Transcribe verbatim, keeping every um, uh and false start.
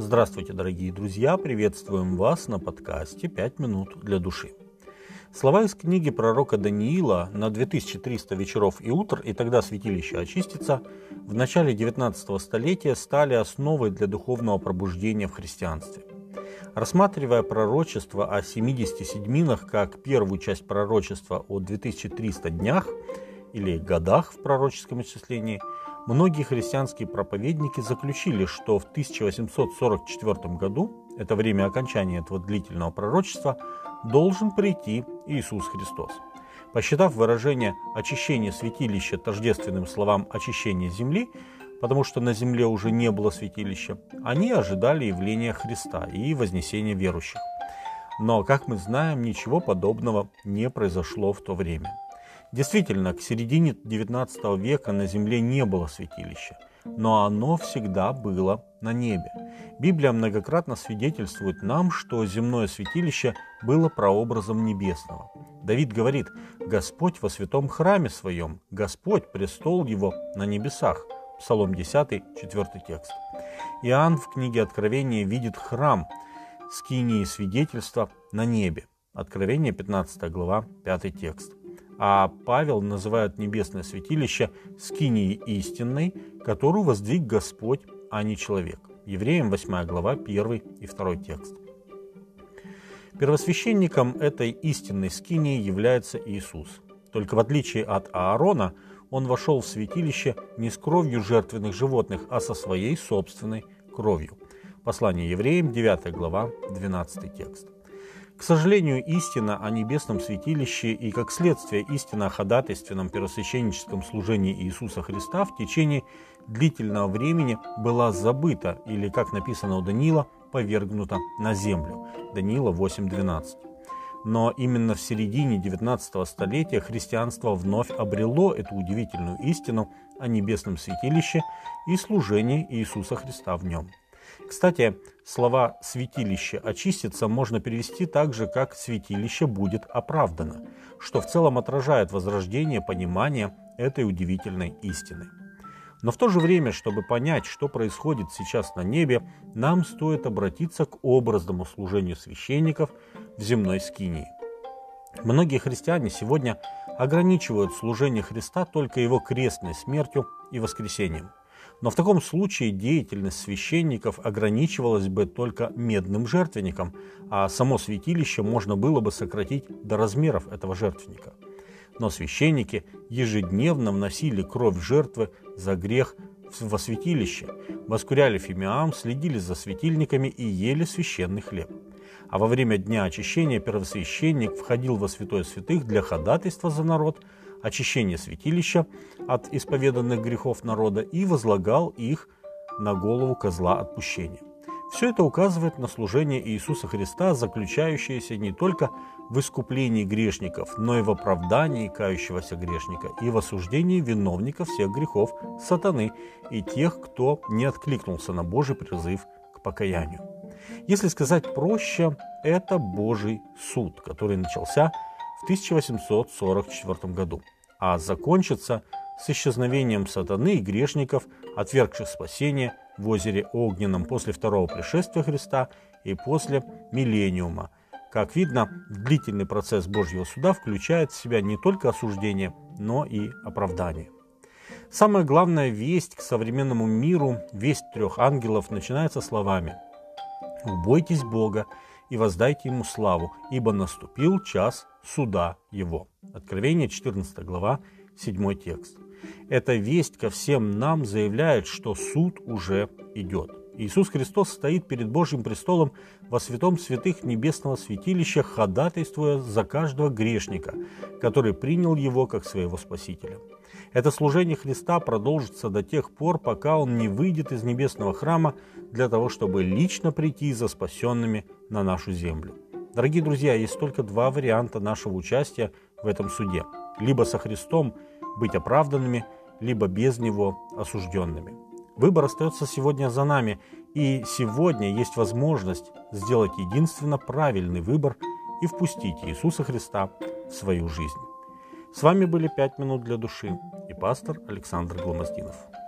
Здравствуйте, дорогие друзья! Приветствуем вас на подкасте «пять минут для души». Слова из книги пророка Даниила «На две тысячи триста вечеров и утр, и тогда святилище очистится» в начале девятнадцатого столетия стали основой для духовного пробуждения в христианстве. Рассматривая пророчество о семидесяти седьминах как первую часть пророчества о двух тысячах трёхстах днях или годах в пророческом исчислении, многие христианские проповедники заключили, что в тысяча восемьсот сорок четвёртом году, это время окончания этого длительного пророчества, должен прийти Иисус Христос. Посчитав выражение «очищение святилища» тождественным словам «очищение земли», потому что на земле уже не было святилища, они ожидали явления Христа и вознесения верующих. Но, как мы знаем, ничего подобного не произошло в то время. Действительно, к середине девятнадцатого века на земле не было святилища, но оно всегда было на небе. Библия многократно свидетельствует нам, что земное святилище было прообразом небесного. Давид говорит: «Господь во святом храме своем, Господь престол его на небесах». Псалом десятый, четвёртый текст. Иоанн в книге Откровения видит храм скинии свидетельства на небе. Откровение, пятнадцатая глава, пятый текст. А Павел называет небесное святилище скинией истинной, которую воздвиг Господь, а не человек. Евреям, восьмая глава, первый и второй текст. Первосвященником этой истинной скинии является Иисус. Только в отличие от Аарона, он вошел в святилище не с кровью жертвенных животных, а со своей собственной кровью. Послание Евреям, девятая глава, двенадцатый текст. К сожалению, истина о небесном святилище и, как следствие, истина о ходатайственном первосвященническом служении Иисуса Христа в течение длительного времени была забыта или, как написано у Даниила, повергнута на землю. Даниила восемь двенадцать. Но именно в середине девятнадцатого столетия христианство вновь обрело эту удивительную истину о небесном святилище и служении Иисуса Христа в нем. Кстати, слова «святилище очистится» можно перевести так же, как «святилище будет оправдано», что в целом отражает возрождение понимания этой удивительной истины. Но в то же время, чтобы понять, что происходит сейчас на небе, нам стоит обратиться к образному служению священников в земной скинии. Многие христиане сегодня ограничивают служение Христа только его крестной смертью и воскресением. Но в таком случае деятельность священников ограничивалась бы только медным жертвенником, а само святилище можно было бы сократить до размеров этого жертвенника. Но священники ежедневно вносили кровь жертвы за грех во святилище, воскуряли фимиам, следили за светильниками и ели священный хлеб. А во время дня очищения первосвященник входил во святое святых для ходатайства за народ, очищения святилища от исповеданных грехов народа и возлагал их на голову козла отпущения. Все это указывает на служение Иисуса Христа, заключающееся не только в искуплении грешников, но и в оправдании кающегося грешника и в осуждении виновников всех грехов сатаны и тех, кто не откликнулся на Божий призыв к покаянию. Если сказать проще, это Божий суд, который начался в тысяча восемьсот сорок четвёртом году, а закончится с исчезновением сатаны и грешников, отвергших спасение в озере Огненном после второго пришествия Христа и после миллениума. Как видно, длительный процесс Божьего суда включает в себя не только осуждение, но и оправдание. Самая главная весть к современному миру, весть трех ангелов, начинается словами: «Убойтесь Бога и воздайте Ему славу, ибо наступил час суда Его». Откровение, четырнадцатая глава, седьмой текст. Эта весть ко всем нам заявляет, что суд уже идет. Иисус Христос стоит перед Божьим престолом во святом святых небесного святилища, ходатайствуя за каждого грешника, который принял Его как своего Спасителя. Это служение Христа продолжится до тех пор, пока Он не выйдет из небесного храма для того, чтобы лично прийти за спасенными на нашу землю. Дорогие друзья, есть только два варианта нашего участия в этом суде. Либо со Христом быть оправданными, либо без Него осужденными. Выбор остается сегодня за нами, и сегодня есть возможность сделать единственно правильный выбор и впустить Иисуса Христа в свою жизнь. С вами были «пять минут для души» и пастор Александр Гломоздинов.